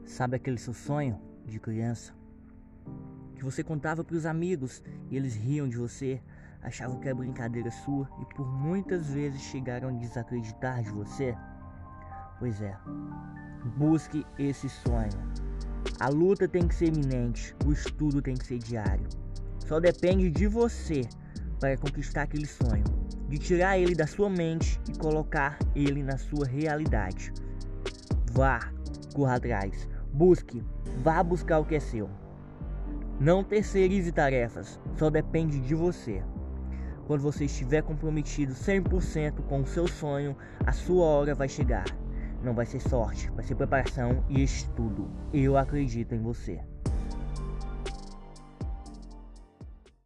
Sabe aquele seu sonho de criança? Que você contava para os amigos e eles riam de você, achavam que era brincadeira sua e por muitas vezes chegaram a desacreditar de você? Pois é, busque esse sonho. A luta tem que ser iminente, o estudo tem que ser diário. Só depende de você para conquistar aquele sonho, de tirar ele da sua mente e colocar ele na sua realidade. Vá, corra atrás, busque, vá buscar o que é seu. Não terceirize tarefas, só depende de você. Quando você estiver comprometido 100% com o seu sonho, a sua hora vai chegar. Não vai ser sorte, vai ser preparação e estudo. Eu acredito em você.